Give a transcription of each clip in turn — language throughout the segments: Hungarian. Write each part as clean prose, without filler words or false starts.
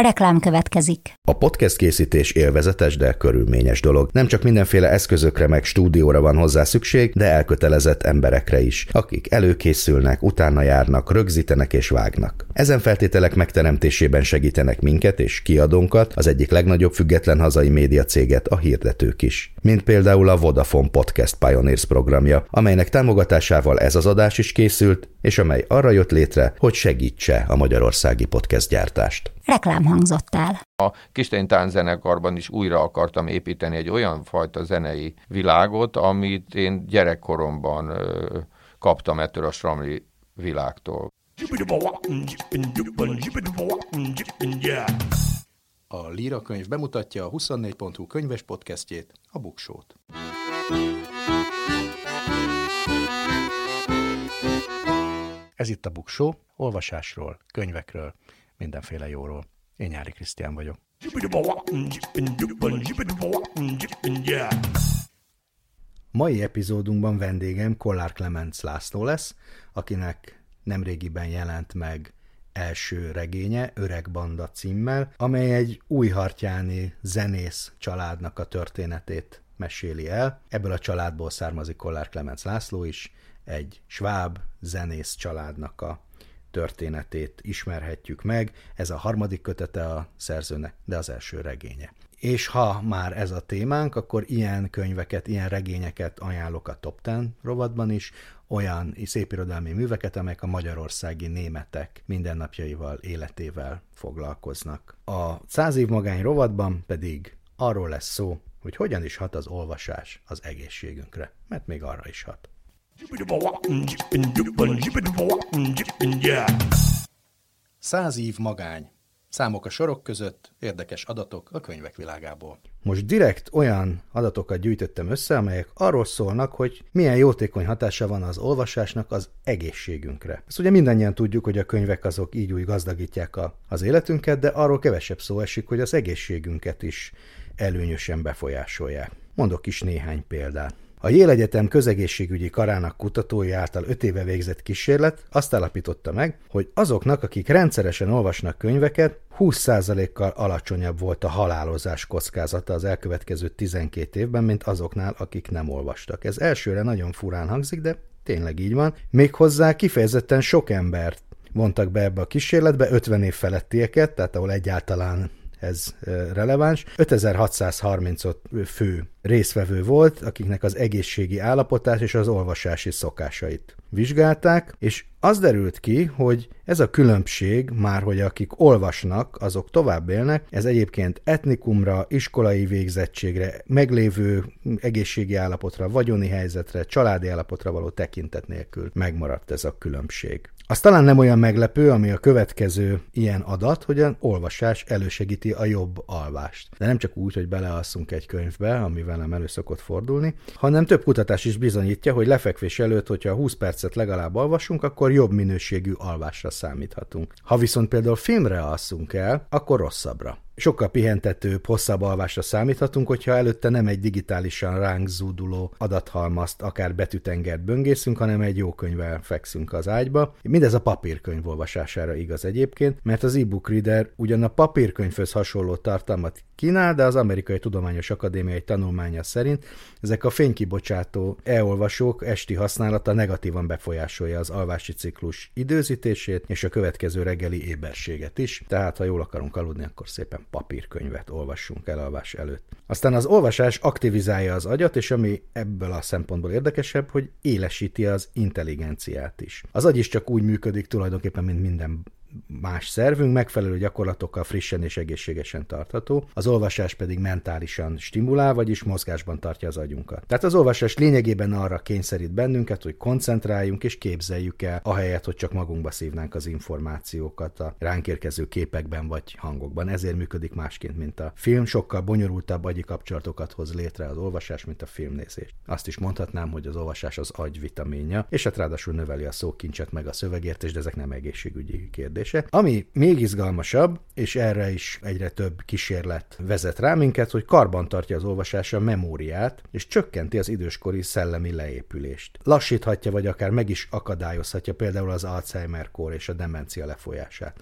Reklám következik. A podcast készítés élvezetes, de körülményes dolog. Nem csak mindenféle eszközökre meg stúdióra van hozzá szükség, de elkötelezett emberekre is, akik előkészülnek, utána járnak, rögzítenek és vágnak. Ezen feltételek megteremtésében segítenek minket és kiadónkat, az egyik legnagyobb független hazai médiacéget, a hirdetők is. Mint például a Vodafone Podcast Pioneers programja, amelynek támogatásával ez az adás is készült, és amely arra jött létre, hogy segítse a magyarországi podcast gyártást. Reklám hangzott el. A Kistein Tánczenekarban is újra akartam építeni egy olyan fajta zenei világot, amit én gyerekkoromban kaptam ettől a Sramli világtól. A Líra könyv bemutatja a 24.hu könyves podcastjét, a Buksót. Ez itt a Buksó, olvasásról, könyvekről, mindenféle jóról. Én Nyári Krisztián vagyok. Mai epizódunkban vendégem Kollár Klemenc László lesz, akinek nemrégiben jelent meg első regénye, Öreg Banda címmel, amely egy újhartyáni zenész családnak a történetét meséli el. Ebből a családból származik Kollár Klemenc László is, egy sváb zenész családnak a történetét ismerhetjük meg. Ez a harmadik kötete a szerzőnek, de az első regénye. És ha már ez a témánk, akkor ilyen könyveket, ilyen regényeket ajánlok a Top 10 rovatban is, olyan szépirodalmi műveket, amelyek a magyarországi németek mindennapjaival, életével foglalkoznak. A 100 év magány rovatban pedig arról lesz szó, hogy hogyan is hat az olvasás az egészségünkre, mert még arra is hat. 100 év magány. Számok a sorok között, érdekes adatok a könyvek világából. Most direkt olyan adatokat gyűjtöttem össze, amelyek arról szólnak, hogy milyen jótékony hatása van az olvasásnak az egészségünkre. Ezt ugye mindannyian tudjuk, hogy a könyvek azok így úgy gazdagítják az életünket, de arról kevesebb szó esik, hogy az egészségünket is előnyösen befolyásolják. Mondok is néhány példát. A Yale Egyetem közegészségügyi karának kutatói által 5 éve végzett kísérlet azt állapította meg, hogy azoknak, akik rendszeresen olvasnak könyveket, 20%-kal alacsonyabb volt a halálozás kockázata az elkövetkező 12 évben, mint azoknál, akik nem olvastak. Ez elsőre nagyon furán hangzik, de tényleg így van. Méghozzá kifejezetten sok embert vontak be ebbe a kísérletbe, 50 év felettieket, tehát ahol egyáltalán ez releváns. 5635 fő résztvevő volt, akiknek az egészségi állapotát és az olvasási szokásait vizsgálták, és az derült ki, hogy ez a különbség, már hogy akik olvasnak, azok tovább élnek, ez egyébként etnikumra, iskolai végzettségre, meglévő egészségi állapotra, vagyoni helyzetre, családi állapotra való tekintet nélkül megmaradt ez a különbség. Az talán nem olyan meglepő, ami a következő ilyen adat, hogy az olvasás elősegíti a jobb alvást. De nem csak úgy, hogy belealszunk egy könyvbe, ami velem elő szokott fordulni, hanem több kutatás is bizonyítja, hogy lefekvés előtt, hogyha 20 percet legalább olvasunk, akkor jobb minőségű alvásra számíthatunk. Ha viszont például filmre alszunk el, akkor rosszabbra. Sokkal pihentetőbb, hosszabb alvásra számíthatunk, hogyha előtte nem egy digitálisan ránk zúduló adathalmazt, akár betűtengert böngészünk, hanem egy jó könyvvel fekszünk az ágyba. Mindez a papírkönyv olvasására igaz egyébként, mert az e-book reader ugyan a papírkönyvhöz hasonló tartalmat kínál, de az Amerikai Tudományos Akadémia egy tanulmánya szerint ezek a fénykibocsátó e-olvasók esti használata negatívan befolyásolja az alvási ciklus időzítését és a következő reggeli éberséget is, tehát ha jól akarunk aludni, akkor szépen papírkönyvet olvassunk elalvás előtt. Aztán az olvasás aktivizálja az agyat, és ami ebből a szempontból érdekesebb, hogy élesíti az intelligenciát is. Az agy is csak úgy működik tulajdonképpen, mint minden más szervünk, megfelelő gyakorlatokkal frissen és egészségesen tartható, az olvasás pedig mentálisan stimulál, vagyis mozgásban tartja az agyunkat. Tehát az olvasás lényegében arra kényszerít bennünket, hogy koncentráljunk és képzeljük el, ahelyett, hogy csak magunkba szívnánk az információkat a ránk érkező képekben vagy hangokban. Ezért működik másként, mint a film, sokkal bonyolultabb agyi kapcsolatokat hoz létre az olvasás, mint a filmnézés. Azt is mondhatnám, hogy az olvasás az agy vitaminja, és hát ráadásul növeli a szókincset meg a szövegértést, de ezek nem egészségügyi kérdés. Ami még izgalmasabb, és erre is egyre több kísérlet vezet rá minket, hogy karbantartja az olvasás a memóriát, és csökkenti az időskori szellemi leépülést. Lassíthatja, vagy akár meg is akadályozhatja például az Alzheimer-kór és a demencia lefolyását.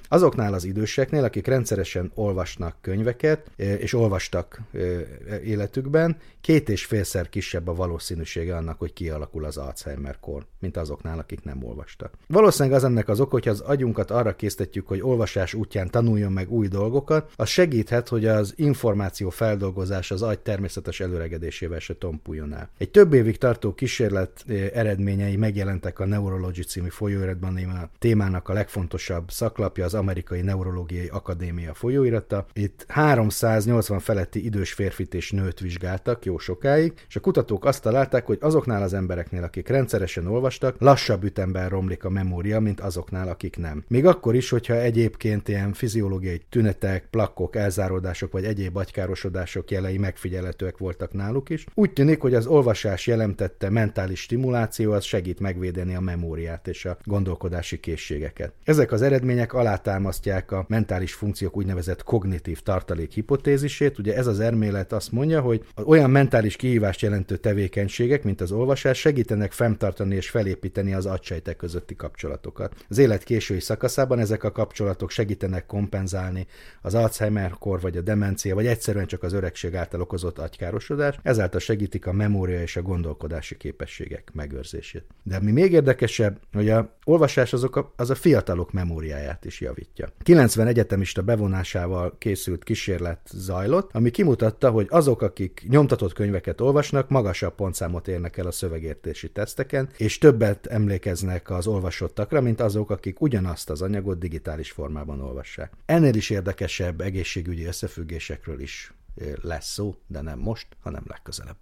Azoknál az időseknél, akik rendszeresen olvasnak könyveket, és olvastak életükben, 2,5-szer kisebb a valószínűsége annak, hogy kialakul az Alzheimer-kór, mint azoknál, akik nem olvastak. Valószínűleg az ennek az oka, hogyha az agyunkat arra késztetjük, hogy olvasás útján tanuljon meg új dolgokat, az segíthet, hogy az információ feldolgozás az agy természetes előregedésével se tompuljon el. Egy több évig tartó kísérlet eredményei megjelentek a Neurology című folyóiratban, a témának a legfontosabb szaklapja, az Amerikai Neurológiai Akadémia folyóirata. Itt 380 feletti idős férfit és nőt vizsgáltak jó sokáig, és a kutatók azt találták, hogy azoknál az embereknél, akik rendszeresen olvastak, lassabb ütemben romlik a memória, mint azoknál, akik nem. Még akkor is, hogyha egyébként ilyen fiziológiai tünetek, plakkok, elzáródások vagy egyéb agykárosodások jelei megfigyelhetőek voltak náluk is. Úgy tűnik, hogy az olvasás jelentette mentális stimuláció az segít megvédeni a memóriát és a gondolkodási készségeket. Ezek az eredmények alátámasztják a mentális funkciók úgynevezett kognitív tartalék hipotézisét. Ugye ez az elmélet azt mondja, hogy olyan mentális kihívást jelentő tevékenységek, mint az olvasás segítenek fenntartani és felépíteni az agysejtek közötti kapcsolatokat. Az élet késői szakaszában ezek a kapcsolatok segítenek kompenzálni az Alzheimer-kór vagy a demencia, vagy egyszerűen csak az öregség által okozott agykárosodás, ezáltal segítik a memória és a gondolkodási képességek megőrzését. De ami még érdekesebb, hogy a olvasás az a fiatalok memóriáját is javítja. 90 egyetemista bevonásával készült kísérlet zajlott, ami kimutatta, hogy azok, akik nyomtatott könyveket olvasnak, magasabb pontszámot érnek el a szövegértési teszteken, és többet emlékeznek az olvasottakra, mint azok, akik ugyanazt az anyagot digitális formában olvassák. Ennél is érdekesebb egészségügyi összefüggésekről is lesz szó, de nem most, hanem legközelebb.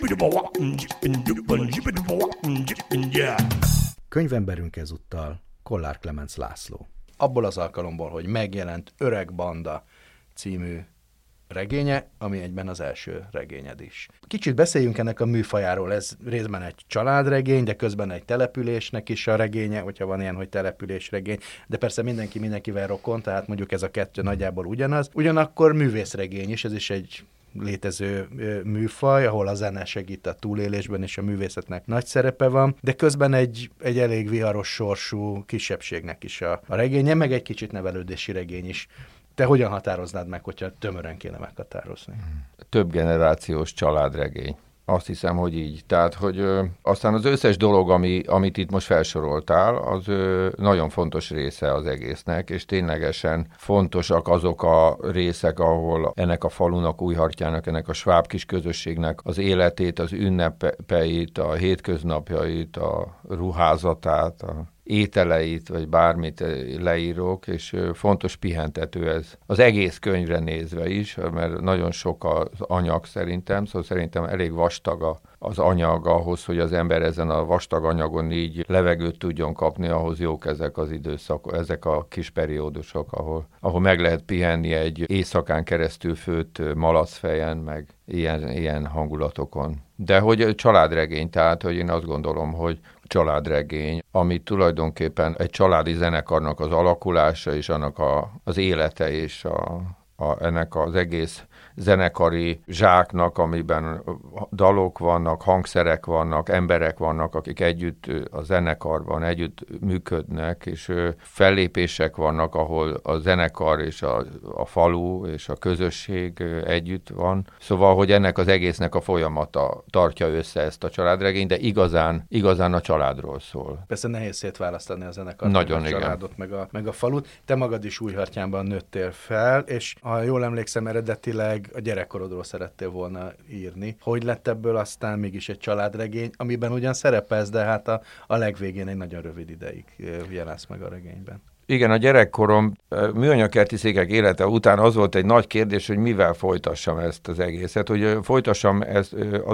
Könyvemberünk ezúttal Kollár Klemenc László. Abból az alkalomból, hogy megjelent Öreg Banda című regénye, ami egyben az első regényed is. Kicsit beszéljünk ennek a műfajáról, ez részben egy családregény, de közben egy településnek is a regénye, hogyha van ilyen, hogy településregény, de persze mindenki mindenkivel rokon, tehát mondjuk ez a kettő nagyjából ugyanaz. Ugyanakkor művészregény is, ez is egy létező műfaj, ahol a zene segít a túlélésben, és a művészetnek nagy szerepe van, de közben egy elég viharos sorsú kisebbségnek is a regénye, meg egy kicsit nevelődési regény is. Te hogyan határoznád meg, hogyha tömören kéne meghatározni? Több generációs családregény. Azt hiszem, hogy így. Tehát, hogy aztán az összes dolog, amit itt most felsoroltál, az nagyon fontos része az egésznek, és ténylegesen fontosak azok a részek, ahol ennek a falunak, Újhartyának, ennek a sváb kis közösségnek az életét, az ünnepeit, a hétköznapjait, a ruházatát, a ételeit, vagy bármit leírok, és fontos pihentető ez. Az egész könyvre nézve is, mert nagyon sok az anyag szerintem, szóval szerintem elég vastag az anyag ahhoz, hogy az ember ezen a vastag anyagon így levegőt tudjon kapni, ahhoz jók ezek az időszak, ezek a kis periódusok, ahol meg lehet pihenni egy éjszakán keresztül főtt malacfejen, meg ilyen hangulatokon. De hogy családregény, tehát hogy én azt gondolom, hogy családregény, ami tulajdonképpen egy családi zenekarnak az alakulása, és annak az élete, és ennek az egész zenekari zsáknak, amiben dalok vannak, hangszerek vannak, emberek vannak, akik együtt a zenekarban együtt működnek, és fellépések vannak, ahol a zenekar és a falu és a közösség együtt van. Szóval, hogy ennek az egésznek a folyamata tartja össze ezt a családregényt, de igazán a családról szól. Persze nehéz szétválasztani a zenekart, a családot, meg a falut. Te magad is Újhartyánban nőttél fel, és ha jól emlékszem, eredetileg a gyerekkorodról szerettél volna írni. Hogy lett ebből aztán mégis egy családregény, amiben ugyan szerepelsz, de hát a legvégén egy nagyon rövid ideig jelensz meg a regényben. Igen, a gyerekkorom műanyagkerti székek élete után az volt egy nagy kérdés, hogy mivel folytassam ezt az egészet, hogy folytassam ezt,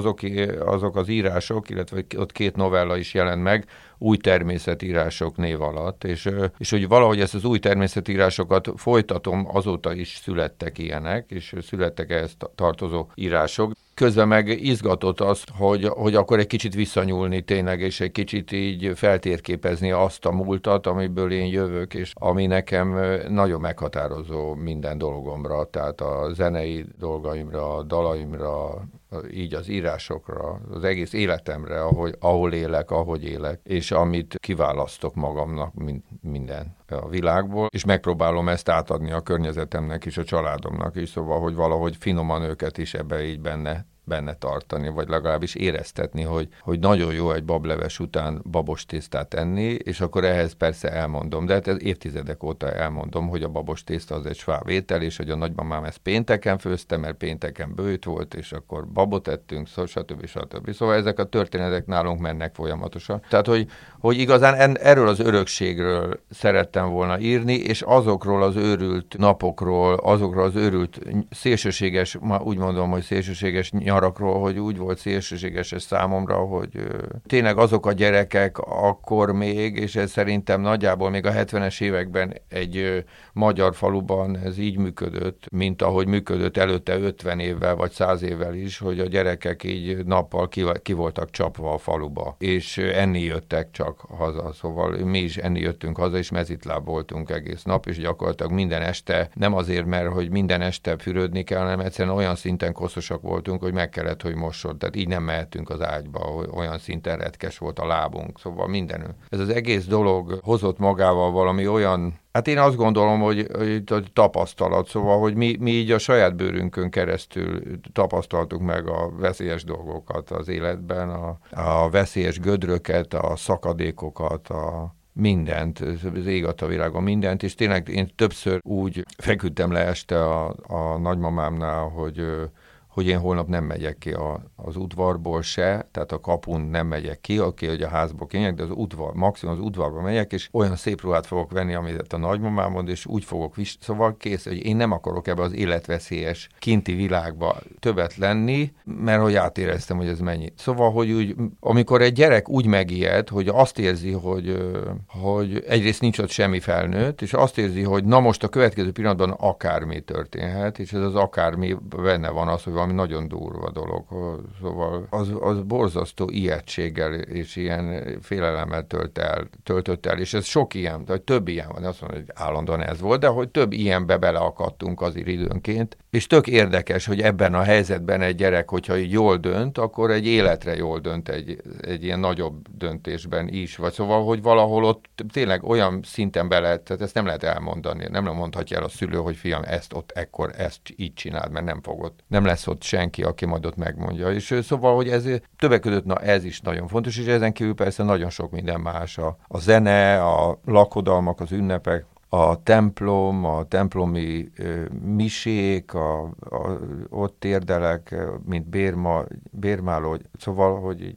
azok az írások, illetve ott 2 novella is jelent meg, új természetírások név alatt, és hogy valahogy ezt az új természetírásokat folytatom, azóta is születtek ilyenek, és születtek ehhez tartozó írások. Közben meg izgatott azt, hogy akkor egy kicsit visszanyúlni tényleg, és egy kicsit így feltérképezni azt a múltat, amiből én jövök, és ami nekem nagyon meghatározó minden dolgomra, tehát a zenei dolgaimra, a dalaimra, így az írásokra, az egész életemre, ahol élek, ahogy élek, és amit kiválasztok magamnak, mint minden a világból, és megpróbálom ezt átadni a környezetemnek és a családomnak is, szóval, hogy valahogy finoman őket is ebbe így benne tartani, vagy legalábbis éreztetni, hogy nagyon jó egy bableves után babos tésztát enni, és akkor ehhez persze elmondom, de hát ez évtizedek óta elmondom, hogy a babos tészta az egy sváb étel, és hogy a nagymamám ezt pénteken főzte, mert pénteken bőjt volt, és akkor babot ettünk, stb. Szóval ezek a történetek nálunk mennek folyamatosan. Tehát, hogy igazán erről az örökségről szerettem volna írni, és azokról az őrült napokról, azokról az őrült szélsőséges, úgy mondom, hogy szélsőséges nyarakról, hogy úgy volt szélsőséges ez számomra, hogy tényleg azok a gyerekek akkor még, és ez szerintem nagyjából még a 70-es években egy magyar faluban ez így működött, mint ahogy működött előtte 50 évvel vagy 100 évvel is, hogy a gyerekek így nappal ki voltak csapva a faluba, és enni jöttek csak haza. Szóval mi is enni jöttünk haza, és mezitláb voltunk egész nap, és gyakorlatilag minden este, nem azért, mert hogy minden este fürödni kell, hanem egyszerűen olyan szinten koszosak voltunk, hogy meg kellett, hogy mossod. Tehát így nem mehetünk az ágyba, hogy olyan szinten retkes volt a lábunk. Szóval mindenünk. Ez az egész dolog hozott magával valami olyan, hát én azt gondolom, hogy tapasztalat, szóval, hogy mi így a saját bőrünkön keresztül tapasztaltuk meg a veszélyes dolgokat az életben, a veszélyes gödröket, a szakadékokat, mindent, az ég adta világon mindent, és tényleg én többször úgy feküdtem le este a nagymamámnál, hogy én holnap nem megyek ki az udvarból se, tehát a kapun nem megyek ki, hogy a házból kimegyek, de maximum az udvarba megyek, és olyan szép ruhát fogok venni, amit a nagymamám mond, és úgy fogok szóval kész, hogy én nem akarok ebbe az életveszélyes kinti világba többet lenni, mert hogy átéreztem, hogy ez mennyi. Szóval, hogy úgy, amikor egy gyerek úgy megijed, hogy azt érzi, hogy egyrészt nincs ott semmi felnőtt, és azt érzi, hogy na most a következő pillanatban akármi történhet, és ez az akármi benne van az, hogy valami nagyon durva dolog. Szóval az borzasztó ijegységgel és ilyen félelemmel töltött el, és ez sok ilyen, vagy több ilyen van, azt mondom, hogy állandóan ez volt, de hogy több ilyenbe beleakadtunk azért időnként, és tök érdekes, hogy ebben a helyzetben egy gyerek, hogyha így jól dönt, akkor egy életre jól dönt egy ilyen nagyobb döntésben is, vagy szóval, hogy valahol ott tényleg olyan szinten tehát ezt nem lehet elmondani, nem mondhatja el a szülő, hogy fiam, ezt így csináld, mert nem fogod. Nem lesz ott senki, aki majd ott megmondja. És szóval, hogy ez többek között, ez is nagyon fontos, és ezen kívül persze nagyon sok minden más. A zene, a lakodalmak, az ünnepek, a templom, a templomi misék, ott térdelek, mint bérmáló, szóval, hogy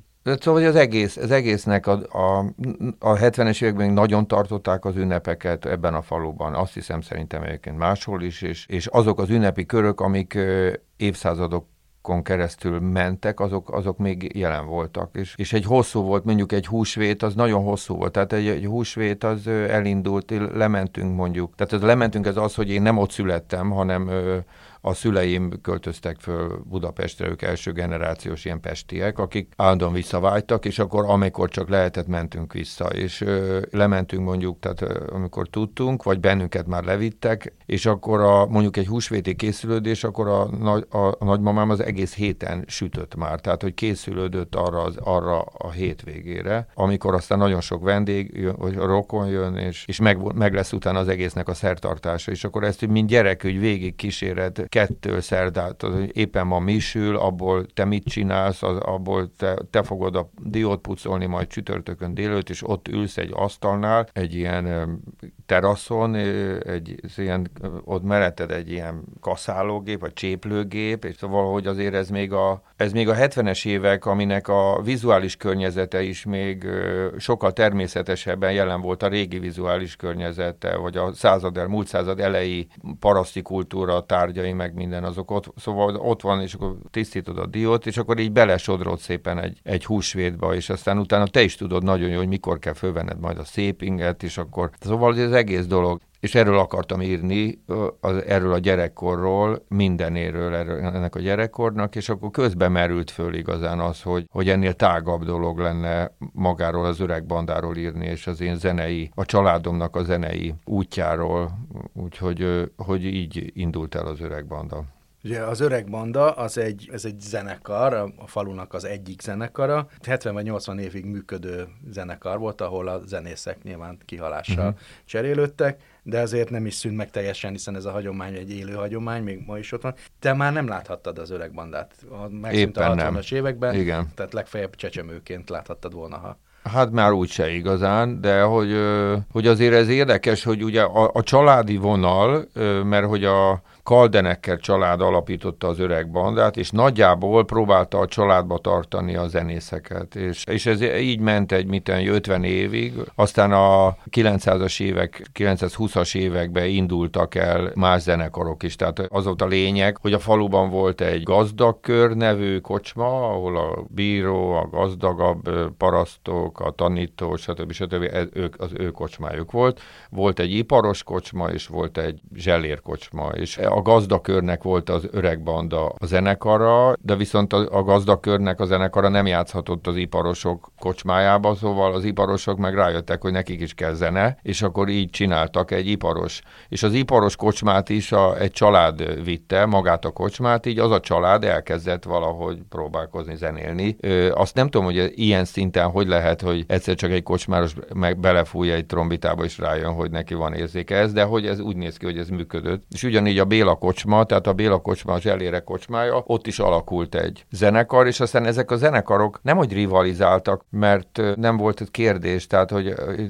az egésznek a 70-es években nagyon tartották az ünnepeket ebben a faluban. Azt hiszem szerintem egyébként máshol is, és azok az ünnepi körök, amik évszázadokon keresztül mentek, azok még jelen voltak. És egy hosszú volt, mondjuk egy húsvét, az nagyon hosszú volt. Tehát egy húsvét az elindult, lementünk mondjuk. Tehát ez lementünk, ez az, hogy én nem ott születtem, hanem a szüleim költöztek föl Budapestre, ők első generációs ilyen pestiek, akik állandóan visszavágytak, és akkor amikor csak lehetett, mentünk vissza, és lementünk mondjuk, tehát amikor tudtunk, vagy bennünket már levittek, és akkor mondjuk egy húsvéti készülődés, akkor a nagymamám az egész héten sütött már, tehát hogy készülődött arra a hétvégére, amikor aztán nagyon sok vendég, vagy rokon jön, és meg lesz utána az egésznek a szertartása, és akkor ezt mint gyerek, hogy végig kíséred kettő szerdát, éppen ma misül, abból te mit csinálsz, abból te fogod a diót pucolni majd csütörtökön délőtt, és ott ülsz egy asztalnál, egy ilyen teraszon, ott mereted egy ilyen kaszálógép, vagy cséplőgép, és valahogy azért ez még a 70-es évek, aminek a vizuális környezete is még sokkal természetesebben jelen volt a régi vizuális környezete, vagy a múlt század elejé paraszti kultúra tárgyai, meg minden azok ott, szóval ott van, és akkor tisztítod a diót, és akkor így belesodrod szépen egy húsvétba, és aztán utána te is tudod nagyon jó, hogy mikor kell fölvenned majd a szépinget, és akkor, szóval az egész dolog. És erről akartam írni, erről a gyerekkorról, mindenéről ennek a gyerekkornak, és akkor közben merült föl igazán az, hogy ennél tágabb dolog lenne magáról az öreg bandáról írni, és az én a családomnak a zenei útjáról, úgyhogy hogy így indult el az öreg banda. Ugye az Öreg Banda ez egy zenekar, a falunak az egyik zenekara. 70 vagy 80 évig működő zenekar volt, ahol a zenészek nyilván kihalással cserélődtek, de azért nem is szűnt meg teljesen, hiszen ez a hagyomány egy élő hagyomány, még ma is ott van. Te már nem láthattad az Öreg Bandát. Megszűnt a 60-as években, igen. Tehát legfeljebb csecsemőként láthattad volna, ha... Hát már úgyse igazán, de hogy azért ez érdekes, hogy ugye a családi vonal, mert hogy a Kaldenecker család alapította az Öreg Bandát, és nagyjából próbálta a családba tartani a zenészeket, és ez így ment 50 évig, aztán a 900-as évek, 920-as években indultak el más zenekarok is, tehát az volt a lényeg, hogy a faluban volt egy Gazdagkör nevű kocsma, ahol a bíró, a gazdagabb parasztok, a tanító, stb. Az ő kocsmájuk volt. Volt egy iparos kocsma, és volt egy zsellér kocsma, és a Gazdagkörnek volt az Öreg Banda a zenekara, de viszont a Gazdagkörnek a zenekara nem játszhatott az iparosok kocsmájába, szóval az iparosok meg rájöttek, hogy nekik is kell zene, és akkor így csináltak egy iparos. És az iparos kocsmát is egy család vitte, magát a kocsmát, így az a család elkezdett valahogy próbálkozni zenélni. Azt nem tudom, hogy ilyen szinten hogy lehet, hogy egyszer csak egy kocsmáros meg belefújja egy trombitába, és rájön, hogy neki van érzéke ez, de hogy ez úgy néz ki, hogy ez működött. És ugyanígy a Béla kocsma, tehát a Béla kocsma, a zselérek kocsmája, ott is alakult egy zenekar, és aztán ezek a zenekarok nemhogy rivalizáltak, mert nem volt kérdés, tehát hogy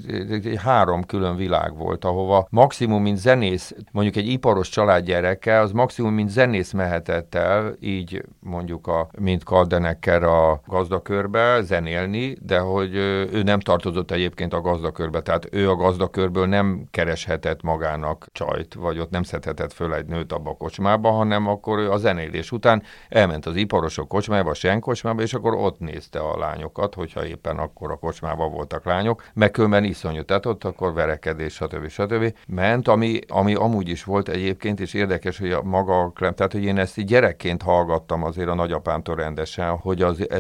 3 külön világ volt, ahova maximum, mint zenész, mondjuk egy iparos család gyereke, az maximum, mint zenész mehetett el, így mondjuk mint Kaldenecker a Gazdagkörbe zenélni, de hogy ő nem tartozott egyébként a Gazdagkörbe, tehát ő a Gazdagkörből nem kereshetett magának csajt, vagy ott nem szedhetett föl egy nőt abba a kocsmába, hanem akkor ő a zenélés után elment az iparosok kocsmába, a Sen kocsmába, és akkor ott nézte a lányokat, hogyha éppen akkor a kocsmában voltak lányok, meg különben iszonyú, tehát ott akkor verekedés, stb. Ment, ami amúgy is volt egyébként, és érdekes, hogy a maga, tehát hogy én ezt így gyerekként hallgattam azért a nagyapámtól rendesen, hogy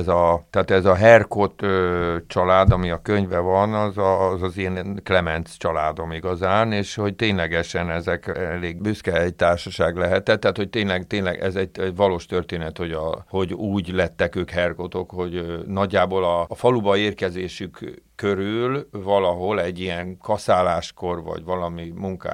ez a Herkot család, ami a könyve van, az én Klemenc családom igazán, és hogy ténylegesen ezek elég büszke egy társaság lehetett, tehát hogy tényleg ez egy valós történet, hogy úgy lettek ők Herkotok, hogy nagyjából a faluba érkezésük körül valahol egy ilyen kaszáláskor, vagy valami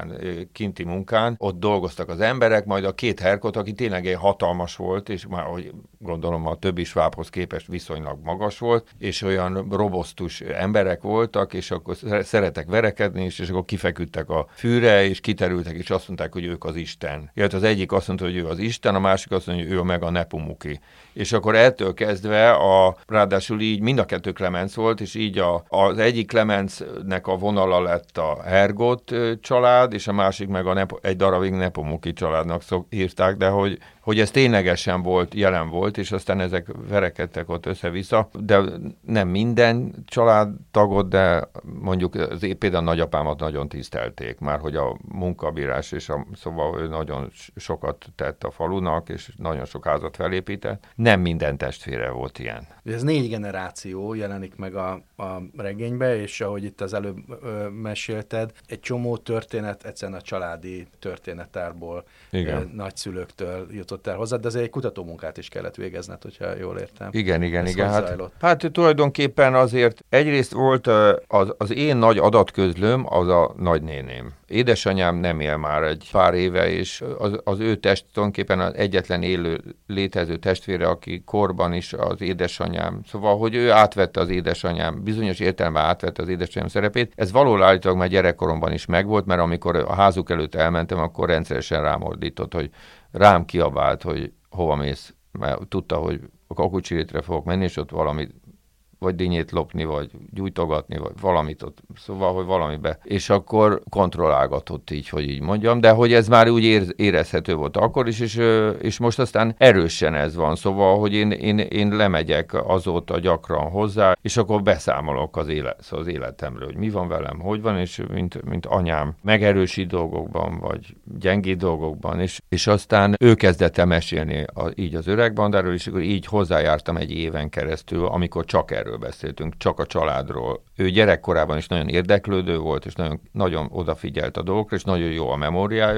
kinti munkán, ott dolgoztak az emberek, majd a 2 Herkot, aki tényleg hatalmas volt, és már, hogy gondolom a többi svábhoz képest viszonylag magas volt, és olyan robosztus emberek voltak, és akkor szeretek verekedni, és akkor kifeküdtek a fűre, és kiterültek, és azt mondták, hogy ők az Isten. Illetve az egyik azt mondta, hogy ő az Isten, a másik azt mondja, hogy ő meg a Nepumuki. És akkor ettől kezdve ráadásul így mind a 2 Klemenc volt, és így az egyik Klemencnek a vonala lett a Hergot család, és a másik meg egy darabig Nepumuki családnak írták, de hogy ez ténylegesen jelen volt, és aztán ezek verekedtek ott össze-vissza, de nem minden családtagot, de mondjuk például nagyapámat nagyon tisztelték, már hogy a munkabírás, szóval ő nagyon sokat tett a falunak, és nagyon sok házat felépített. Nem minden testvére volt ilyen. Ez 4 generáció jelenik meg a regénybe, és ahogy itt az előbb mesélted, egy csomó történet egyszerűen a családi történetárból, nagyszülőktől jutott el hozzá, de azért egy kutatómunkát is kellett végezned, hogyha jól értem. Igen. Hát tulajdonképpen azért egyrészt volt az én nagy adatközlőm, az a nagynéném. Édesanyám nem él már egy pár éve, és az ő tulajdonképpen az egyetlen élő létező testvére, aki korban is az édesanyám. Szóval, hogy ő átvette az édesanyám, bizonyos értelemben átvette az édesanyám szerepét. Ez valóban állítólag már gyerekkoromban is megvolt, mert amikor a házuk előtt elmentem, akkor rendszeresen rámordított, hogy rám kiabált, hogy hova mész, mert tudta, hogy a kakucsirétre fogok menni, és ott valamit vagy dinnyét lopni, vagy gyújtogatni, vagy valamit ott, szóval, hogy valamibe. És akkor kontrollálgatott így, hogy így mondjam, de hogy ez már úgy érezhető volt akkor is, és most aztán erősen ez van, szóval, hogy én lemegyek azóta gyakran hozzá, és akkor beszámolok az életemről, hogy mi van velem, hogy van, és mint anyám megerősít dolgokban, vagy gyengít dolgokban, és aztán ő kezdett el mesélni így az Öreg Bandáról, és akkor így hozzájártam egy éven keresztül, amikor csak erről beszéltünk, csak a családról. Ő gyerekkorában is nagyon érdeklődő volt, és nagyon, nagyon odafigyelt a dolgokra, és nagyon jó a memóriája,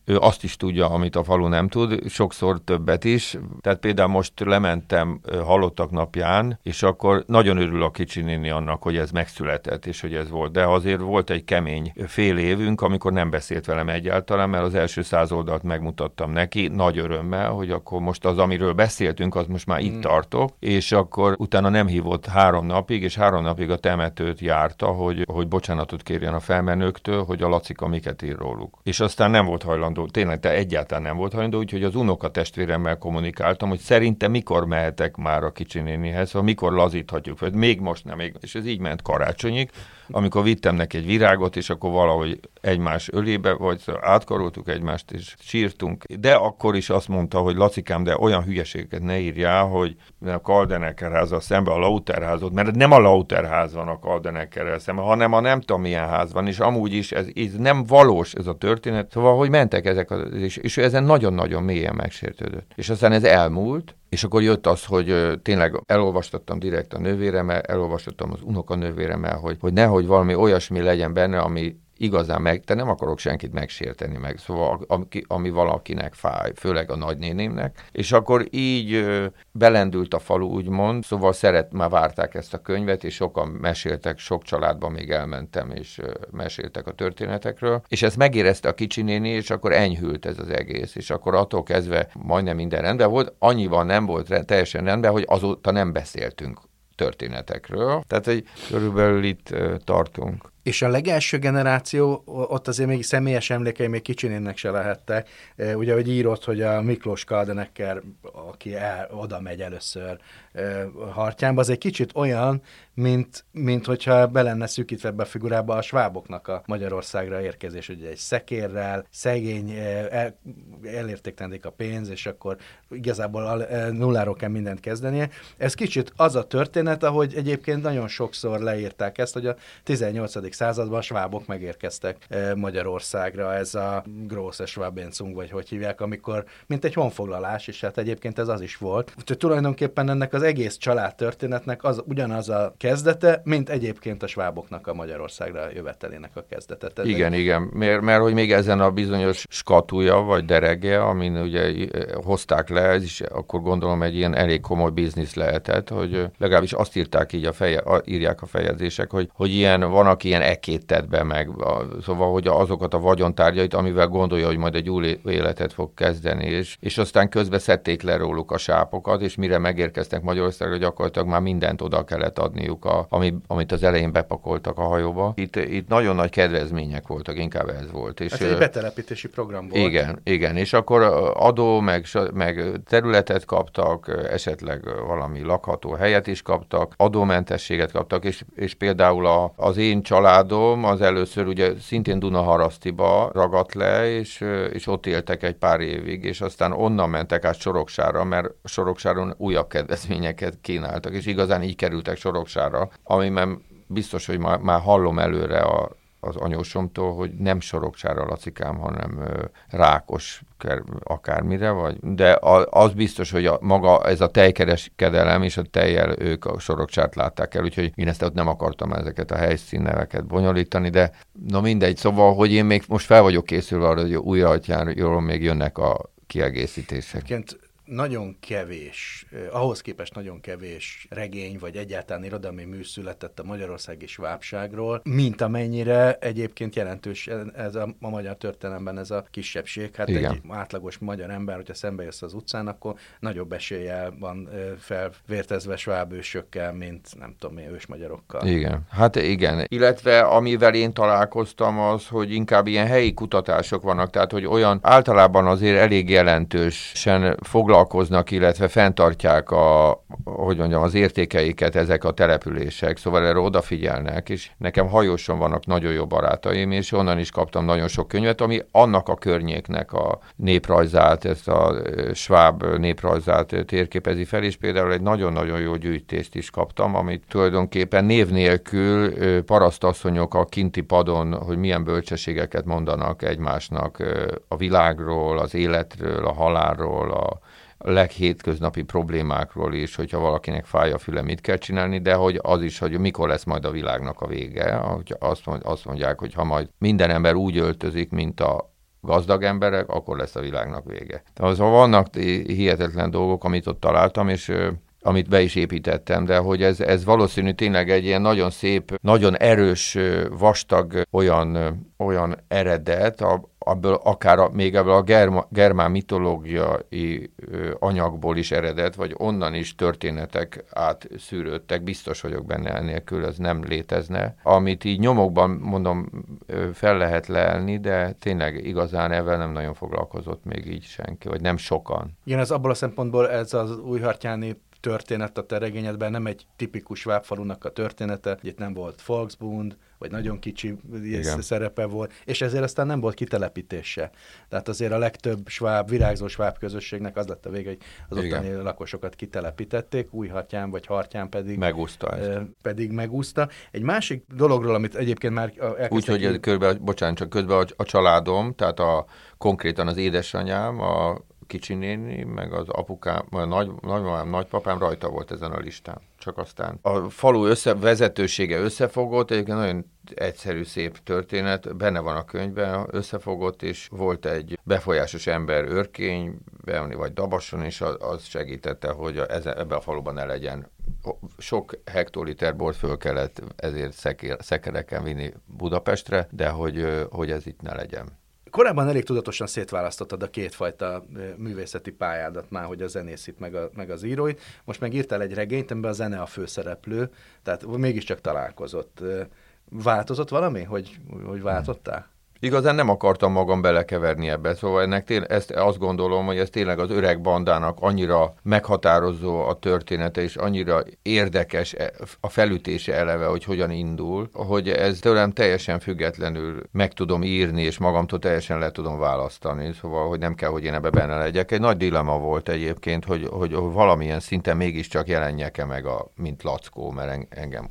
ő azt is tudja, amit a falu nem tud, sokszor többet is. Tehát például most lementem halottak napján, és akkor nagyon örül a kicsi néni annak, hogy ez megszületett, és hogy ez volt. De azért volt egy kemény fél évünk, amikor nem beszélt velem egyáltalán, mert az első 100 oldalt megmutattam neki, nagy örömmel, hogy akkor most az, amiről beszéltünk, az most már itt tartok, és akkor utána nem hívott 3 napig, és 3 napig a temetőt járta, hogy bocsánatot kérjen a felmenőktől, hogy a Lacika miket ír róluk. És aztán nem volt hajlandó, tényleg egyáltalán nem volt hajlandó, úgyhogy az unokatestvéremmel kommunikáltam, hogy szerintem mikor mehetek már a kicsi nénihez, vagy mikor lazíthatjuk, vagy még most nem, és ez így ment karácsonyig, amikor vittem neki egy virágot, és akkor valahogy egymás ölébe, vagy átkaroltuk egymást, és sírtunk. De akkor is azt mondta, hogy Lacikám, de olyan hülyeségeket ne írjál, hogy a Kaldenecker házzal szemben a Lauterházot, mert nem a Lauterház van a Kaldeneckerrel szemben, hanem a nem tudom milyen ház van, és amúgy is ez nem valós ez a történet. Szóval, hogy mentek ezek, és ő ezen nagyon-nagyon mélyen megsértődött. És aztán ez elmúlt, és akkor jött az, hogy tényleg elolvastattam direkt a nővéremmel, elolvastattam az unokanővéremmel, hogy nehogy valami olyasmi legyen benne, ami igazán te nem akarok senkit megsérteni meg, szóval ami valakinek fáj, főleg a nagynénémnek, és akkor így belendült a falu, úgymond, szóval már várták ezt a könyvet, és sokan meséltek, sok családban még elmentem, és meséltek a történetekről, és ezt megérezte a kicsi néni, és akkor enyhült ez az egész, és akkor attól kezdve majdnem minden rendben volt, annyival nem volt teljesen rendben, hogy azóta nem beszéltünk történetekről, tehát hogy körülbelül itt tartunk. És a legelső generáció, ott azért még személyes emlékei még kicsinénnek se lehettek. Ugye, hogy írott, hogy a Miklós Kaldenecker, aki oda megy először Hartyánba, az egy kicsit olyan, mint hogyha be lenne szűkítve ebbe a figurába a sváboknak a Magyarországra érkezés, ugye egy szekérrel, szegény, elértéktelendik a pénz, és akkor igazából nulláról kell mindent kezdenie. Ez kicsit az a történet, ahogy egyébként nagyon sokszor leírták ezt, hogy a 18. században a svábok megérkeztek Magyarországra, ez a Große Schwabenzung, vagy hogy hívják, amikor, mint egy honfoglalás, és hát egyébként ez az is volt. Úgyhogy tulajdonképpen ennek az egész családtörténetnek ugyanaz a kezdete, mint egyébként a sváboknak a Magyarországra jövetelének a kezdete. Igen, mert hogy még ezen a bizonyos skatúja, vagy derege, amin ugye hozták le, ez is akkor gondolom egy ilyen elég komoly biznisz lehetett, hogy legalábbis azt írták így írják a fejezések, hogy ilyen, van, aki ilyen ekét tett be meg, szóval, hogy azokat a vagyontárgyait, amivel gondolja, hogy majd egy új életet fog kezdeni, és aztán közben szedték le róluk a sápokat, és mire megérkeztek Magyarországra, gyakorlatilag már mindent oda kellett adniuk, amit az elején bepakoltak a hajóba. Itt nagyon nagy kedvezmények voltak, inkább ez volt. És, ez egy betelepítési program volt. Igen, és akkor adó, meg területet kaptak, esetleg valami lakható helyet is kaptak, adómentességet kaptak, és például az én családom az először ugye szintén Dunaharasztiba ragadt le, és ott éltek egy pár évig, és aztán onnan mentek át Soroksára, mert Soroksáron újabb kedvezményeket kínáltak, és igazán így kerültek Soroksára, amiben biztos, hogy már hallom előre az anyósomtól, hogy nem Soroksára, Lacikám, hanem Rákos akármire, de az biztos, hogy maga ez a tejkereskedelem és a tejjel ők a Soroksárt látták el, úgyhogy én ezt ott nem akartam ezeket a helyszíneveket bonyolítani, de na mindegy, szóval, hogy én még most fel vagyok készülve arra, hogy Újrahartyánról még jönnek a kiegészítések. Nagyon kevés, ahhoz képest nagyon kevés regény, vagy egyáltalán irodalmi mű született a magyarországi svábságról, mint amennyire egyébként jelentős ez a magyar történelemben ez a kisebbség. Hát igen. Egy átlagos magyar ember, hogyha szembejössz az utcán, akkor nagyobb eséllyel van felvértezve svábősökkel, mint nem tudom én, ősmagyarokkal. Igen, hát igen. Illetve amivel én találkoztam az, hogy inkább ilyen helyi kutatások vannak, tehát hogy olyan általában azért elég jelentősen foglalkoznak, illetve fenntartják az értékeiket ezek a települések, szóval erre odafigyelnek, és nekem hajóson vannak nagyon jó barátaim, és onnan is kaptam nagyon sok könyvet, ami annak a környéknek a néprajzát, ezt a sváb néprajzát térképezi fel, és például egy nagyon-nagyon jó gyűjtést is kaptam, amit tulajdonképpen név nélkül parasztasszonyok a kinti padon, hogy milyen bölcsességeket mondanak egymásnak a világról, az életről, a halálról, a leghétköznapi problémákról is, hogyha valakinek fáj a füle, mit kell csinálni, de hogy az is, hogy mikor lesz majd a világnak a vége. Azt mondják, hogy ha majd minden ember úgy öltözik, mint a gazdag emberek, akkor lesz a világnak vége. Tehát vannak hihetetlen dolgok, amit ott találtam, és amit be is építettem, de hogy ez valószínű tényleg egy ilyen nagyon szép, nagyon erős, vastag olyan eredet, abból akár még ebből a germán mitológiai anyagból is eredet, vagy onnan is történetek átszűrődtek, biztos vagyok benne, enélkül ez nem létezne. Amit így nyomokban, mondom, fel lehet lelni, de tényleg igazán ebben nem nagyon foglalkozott még így senki, vagy nem sokan. Igen, ez abból a szempontból ez az újhartyáni történet a te regényedben nem egy tipikus svábfalunak a története, itt nem volt Volksbund, vagy nagyon kicsi szerepe volt, és ezért aztán nem volt kitelepítése. Tehát azért a legtöbb virágzó sváb közösségnek az lett a vége, hogy az ottani lakosokat kitelepítették, Újhartyán vagy Hartyán pedig megúszta. Egy másik dologról, amit egyébként már úgyhogy csak közben a családom, tehát konkrétan az édesanyám, a kicsinéni, meg az apukám, a nagymamám, nagypapám rajta volt ezen a listán. Csak aztán a falu vezetősége összefogott, egyébként nagyon egyszerű, szép történet, benne van a könyvben, összefogott, és volt egy befolyásos ember Örkényben, vagy Dabason, és az segítette, hogy ebbe a faluban ne legyen. Sok hektoliter bort föl kellett ezért szekereken vinni Budapestre, de hogy ez itt ne legyen. Korábban elég tudatosan szétválasztottad a kétfajta művészeti pályádat már, hogy a zenészit meg az íróit. Most meg írtál egy regényt, amiben a zene a főszereplő, tehát mégiscsak találkozott. Változott valami, hogy váltottál? Igazán nem akartam magam belekeverni ebbe, szóval ezt azt gondolom, hogy ez tényleg az öreg bandának annyira meghatározó a története, és annyira érdekes a felütése eleve, hogy hogyan indul, hogy ez tőlem teljesen függetlenül meg tudom írni, és magamtól teljesen le tudom választani, szóval, hogy nem kell, hogy én ebbe benne legyek. Egy nagy dilemma volt egyébként, hogy valamilyen szinten mégiscsak jelenjek-e meg, mint Lackó, mert engem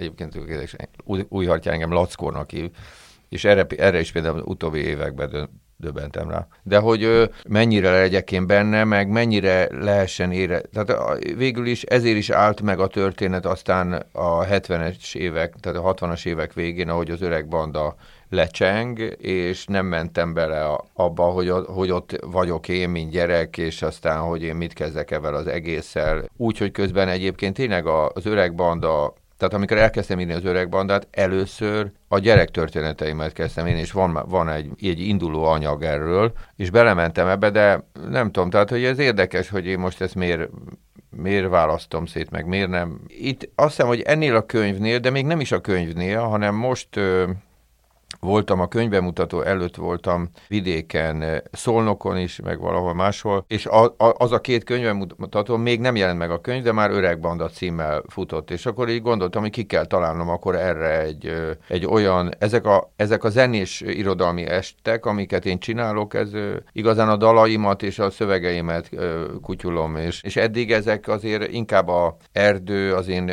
Újhartyán engem Lackónak hív, és erre is például utóbbi években döbbentem rá. De hogy mennyire legyek én benne, meg mennyire lehessen tehát végül is ezért is állt meg a történet aztán a 70-es évek, tehát a 60-as évek végén, ahogy az öreg banda lecseng, és nem mentem bele abba, hogy ott vagyok én, mint gyerek, és aztán, hogy én mit kezdek ebben az egésszel. Úgyhogy közben egyébként tényleg az öreg banda, tehát amikor elkezdtem írni az öreg bandát, először a gyerektörténeteimet kezdtem én, és van egy induló anyag erről, és belementem ebbe, de nem tudom, tehát hogy ez érdekes, hogy én most ezt miért választom szét, meg miért nem. Itt azt hiszem, hogy ennél a könyvnél, de még nem is a könyvnél, hanem most voltam a könyvbemutató előtt, voltam vidéken, Szolnokon is, meg valahol máshol, és az a két könyvbemutató még nem jelent meg a könyv, de már Öreg Banda címmel futott, és akkor így gondoltam, hogy ki kell találnom akkor erre egy olyan, ezek a zenés irodalmi estek, amiket én csinálok, ez igazán a dalaimat és a szövegeimet kutyulom, és eddig ezek azért inkább a erdő, az én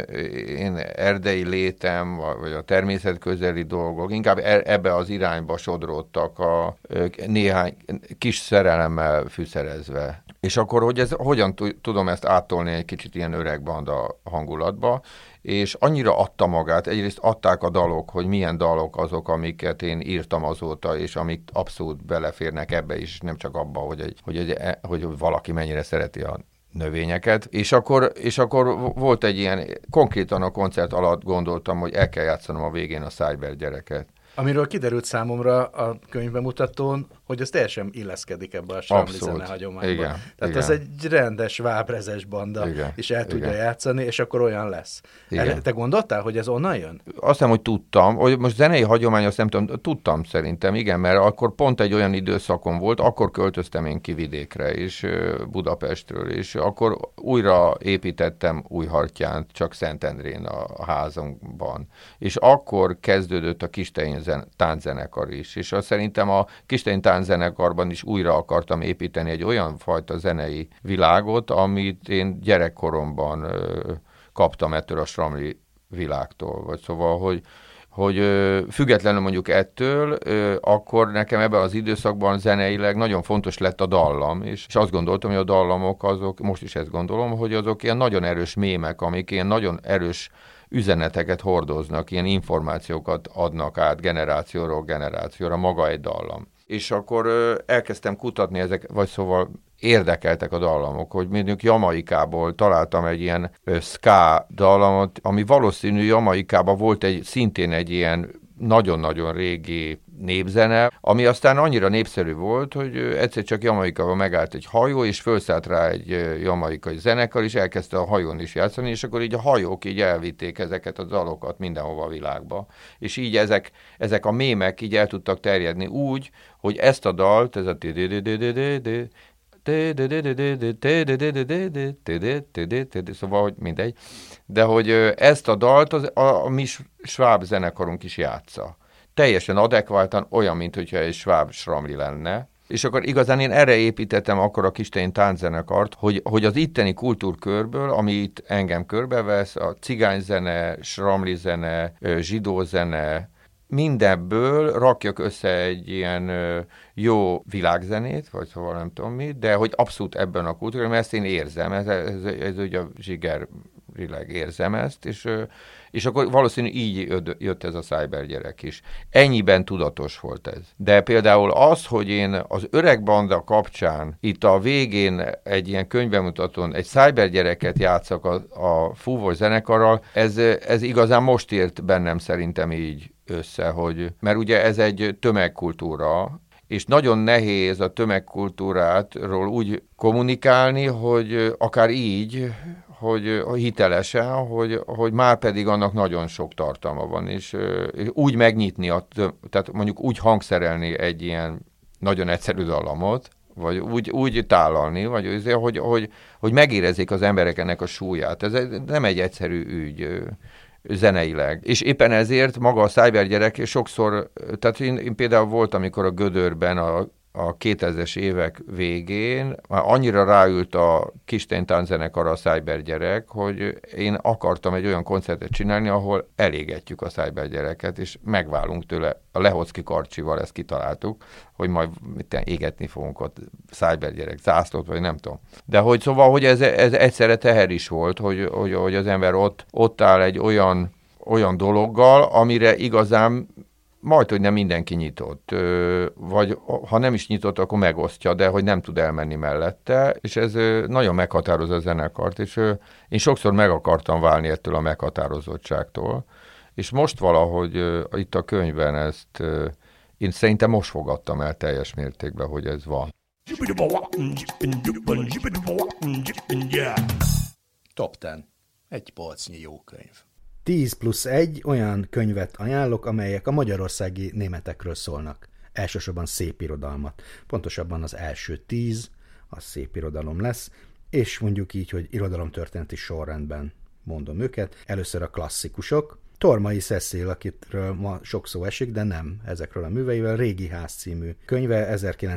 erdei létem, vagy a természetközeli dolgok, inkább ebbe az irányba sodródtak a néhány kis szerelemmel fűszerezve. És akkor, hogy hogyan tudom ezt áttolni egy kicsit ilyen öreg banda hangulatba, és annyira adta magát, egyrészt adták a dalok, hogy milyen dalok azok, amiket én írtam azóta, és amik abszolút beleférnek ebbe is, nem csak abba, hogy valaki mennyire szereti a növényeket, és akkor volt egy ilyen, konkrétan a koncert alatt gondoltam, hogy el kell játszanom a végén a Szájber gyereket. Amiről kiderült számomra a könyvbemutatón, hogy ez teljesen illeszkedik ebbe a Sramli zene hagyományba. Igen, tehát ez egy rendes vábrezes banda, és el tudja játszani, és akkor olyan lesz. Te gondoltál, hogy ez onnan jön? Azt hiszem, hogy tudtam, hogy most zenei hagyomány, azt nem tudom, tudtam szerintem, igen, mert akkor pont egy olyan időszakom volt, akkor költöztem én ki vidékre, és Budapestről, és akkor újra építettem Újhartyánt, csak Szentendrén a házunkban. És akkor kezdődött a Kistein tánczenekar is, és azt szerintem a Kistein tánczenekarban is újra akartam építeni egy olyan fajta zenei világot, amit én gyerekkoromban kaptam ettől a Sramli világtól. Vagy szóval, hogy függetlenül mondjuk ettől, akkor nekem ebben az időszakban zeneileg nagyon fontos lett a dallam, és azt gondoltam, hogy a dallamok azok, most is ezt gondolom, hogy azok ilyen nagyon erős mémek, amik ilyen nagyon erős üzeneteket hordoznak, ilyen információkat adnak át generációról generációra, maga egy dallam. És akkor elkezdtem kutatni ezek, vagy szóval érdekeltek a dallamok, hogy mondjuk Jamaikából találtam egy ilyen ska dallamot, ami valószínű Jamaikában volt szintén egy ilyen nagyon-nagyon régi népzene, ami aztán annyira népszerű volt, hogy egyszer csak Jamaikában megállt egy hajó, és felszállt rá egy jamaikai zenekar, és elkezdte a hajón is játszani, és akkor így a hajók így elvitték ezeket a dalokat mindenhova a világba. És így ezek a mémek így el tudtak terjedni úgy, hogy ezt a dalt, ez a szóval, hogy mindegy, de hogy ezt a dalt a mi sváb zenekarunk is játsza. Teljesen adekváltan, olyan, mint hogyha egy sváb sramli lenne. És akkor igazán én erre építettem akkor a Kistein tánczenekart, hogy az itteni kultúrkörből, ami itt engem körbevesz, a cigányzene, sramlizene, zsidózene, mindebből rakjak össze egy ilyen jó világzenét, vagy szóval nem tudom mi, de hogy abszolút ebben a kultúrában, ezt én érzem, ez ugye a zsigerileg érzem ezt, és akkor valószínű így jött ez a cybergyerek is. Ennyiben tudatos volt ez. De például az, hogy én az Öreg Banda kapcsán itt a végén egy ilyen könyvbemutatón egy cybergyereket játszak a Fúvós zenekarral, ez igazán most ért bennem szerintem így össze, mert ugye ez egy tömegkultúra, és nagyon nehéz a tömegkultúrátról úgy kommunikálni, hogy akár így, hogy hitelesen, hogy már pedig annak nagyon sok tartalma van, és úgy megnyitni, tehát mondjuk úgy hangszerelni egy ilyen nagyon egyszerű dallamot, vagy úgy tálalni, vagy hogy megérezzék az emberek ennek a súlyát. Ez nem egy egyszerű ügy zeneileg. És éppen ezért maga a cybergyerek sokszor, tehát én például voltam, amikor a Gödörben a 2000-es évek végén már annyira ráült a Kistein tánczenekar a cybergyerek, hogy én akartam egy olyan koncertet csinálni, ahol elégetjük a cybergyereket, és megválunk tőle. A Lehocki Karcsival ezt kitaláltuk, hogy majd égetni fogunk ott cybergyerek zászlót, vagy nem tudom. De hogy szóval, hogy ez egyszerre teher is volt, hogy az ember ott áll egy olyan dologgal, amire igazán majdhogy nem mindenki nyitott, vagy ha nem is nyitott, akkor megosztja, de hogy nem tud elmenni mellette, és ez nagyon meghatározza a zenekart, és én sokszor meg akartam válni ettől a meghatározottságtól, és most valahogy itt a könyvben ezt én szerintem most fogadtam el teljes mértékben, hogy ez van. Top 10. Egy polcnyi jó könyv. 10+1 olyan könyvet ajánlok, amelyek a magyarországi németekről szólnak. Elsősorban szépirodalmat. Pontosabban az első 10, az szépirodalom lesz, és mondjuk így, hogy irodalomtörténeti sorrendben mondom őket. Először a klasszikusok. Tormai Cecil, akitről ma sok szó esik, de nem ezekről a műveivel. Régi ház című könyve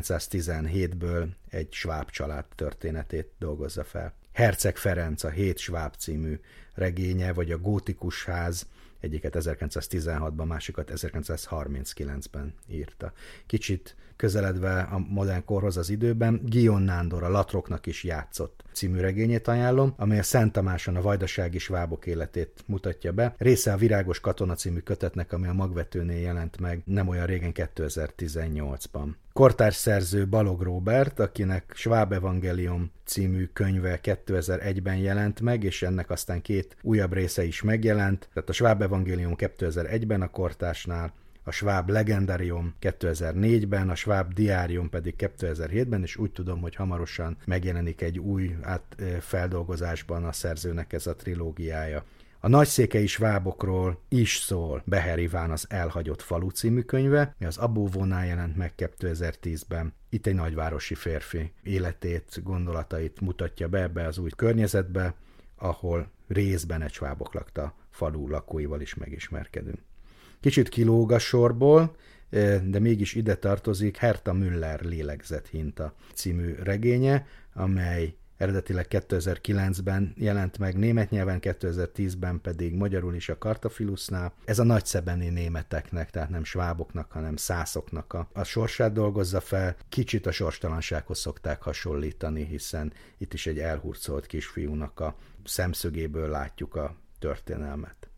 1917-ből egy sváb család történetét dolgozza fel. Herceg Ferenc, a 7 sváb című regénye, vagy a Gótikus ház, egyiket 1916-ban, másikat 1939-ben írta. Kicsit közeledve a modern korhoz az időben, Guillaume Nándor, a Latroknak is játszott című regényét ajánlom, amely a Szent Tamáson a vajdasági svábok életét mutatja be. Része a Virágos katona című kötetnek, ami a Magvetőnél jelent meg nem olyan régen, 2018-ban. Kortárs szerző Balog Róbert, akinek Schwab Evangelium című könyve 2001-ben jelent meg, és ennek aztán 2 újabb része is megjelent. Tehát a Schwab Evangelium 2001-ben a Kortársnál, a Schwab Legendarium 2004-ben, a Schwab Diárium pedig 2007-ben, és úgy tudom, hogy hamarosan megjelenik egy új feldolgozásban a szerzőnek ez a trilógiája. A nagyszékely svábokról is szól Beher Iván az Elhagyott falu című könyve, mi az Abóvónál jelent meg 2010-ben. Itt egy nagyvárosi férfi életét, gondolatait mutatja be ebbe az új környezetbe, ahol részben egy svábok lakta falu lakóival is megismerkedünk. Kicsit kilóg a sorból, de mégis ide tartozik Herta Müller Lélegzethinta című regénye, amely eredetileg 2009-ben jelent meg német nyelven, 2010-ben pedig magyarul is a Kartafilusznál. Ez a nagyszebeni németeknek, tehát nem sváboknak, hanem szászoknak a sorsát dolgozza fel. Kicsit a sorstalansághoz szokták hasonlítani, hiszen itt is egy elhurcolt kisfiúnak a szemszögéből látjuk a történelmet.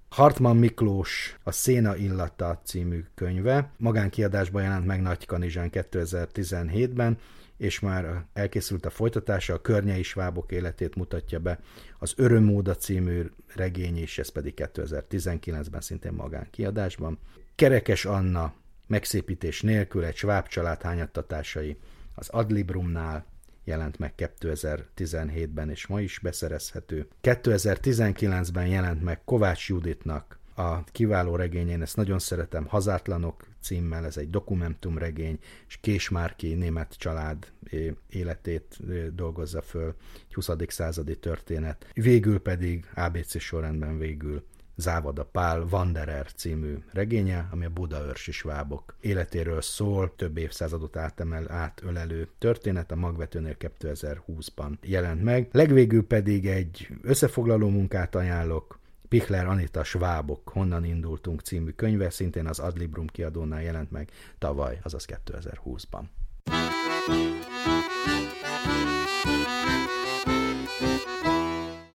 Hartmann Miklós a Széna illata című könyve. Magánkiadásban jelent meg Nagykanizsán 2017-ben, és már elkészült a folytatása, a Környei svábok életét mutatja be, az Örömmóda című regény is, ez pedig 2019-ben szintén magánkiadásban. Kerekes Anna megszépítés nélkül egy sváb család hányattatásai az Adlibrumnál jelent meg 2017-ben, és ma is beszerezhető. 2019-ben jelent meg Kovács Juditnak a kiváló regényén, ezt nagyon szeretem, Hazátlanok címmel, ez egy dokumentumregény, és Kés Márki német család életét dolgozza föl, egy 20. századi történet. Végül pedig ABC sorrendben Závada Pál Wanderer című regénye, ami a budaörsi svábok életéről szól, több évszázadot átölelő történet, a Magvetőnél 2020-ban jelent meg. Legvégül pedig egy összefoglaló munkát ajánlok, Pichler Anita Svábok, honnan indultunk című könyve, szintén az Adlibrum kiadónál jelent meg tavaly, azaz 2020-ban.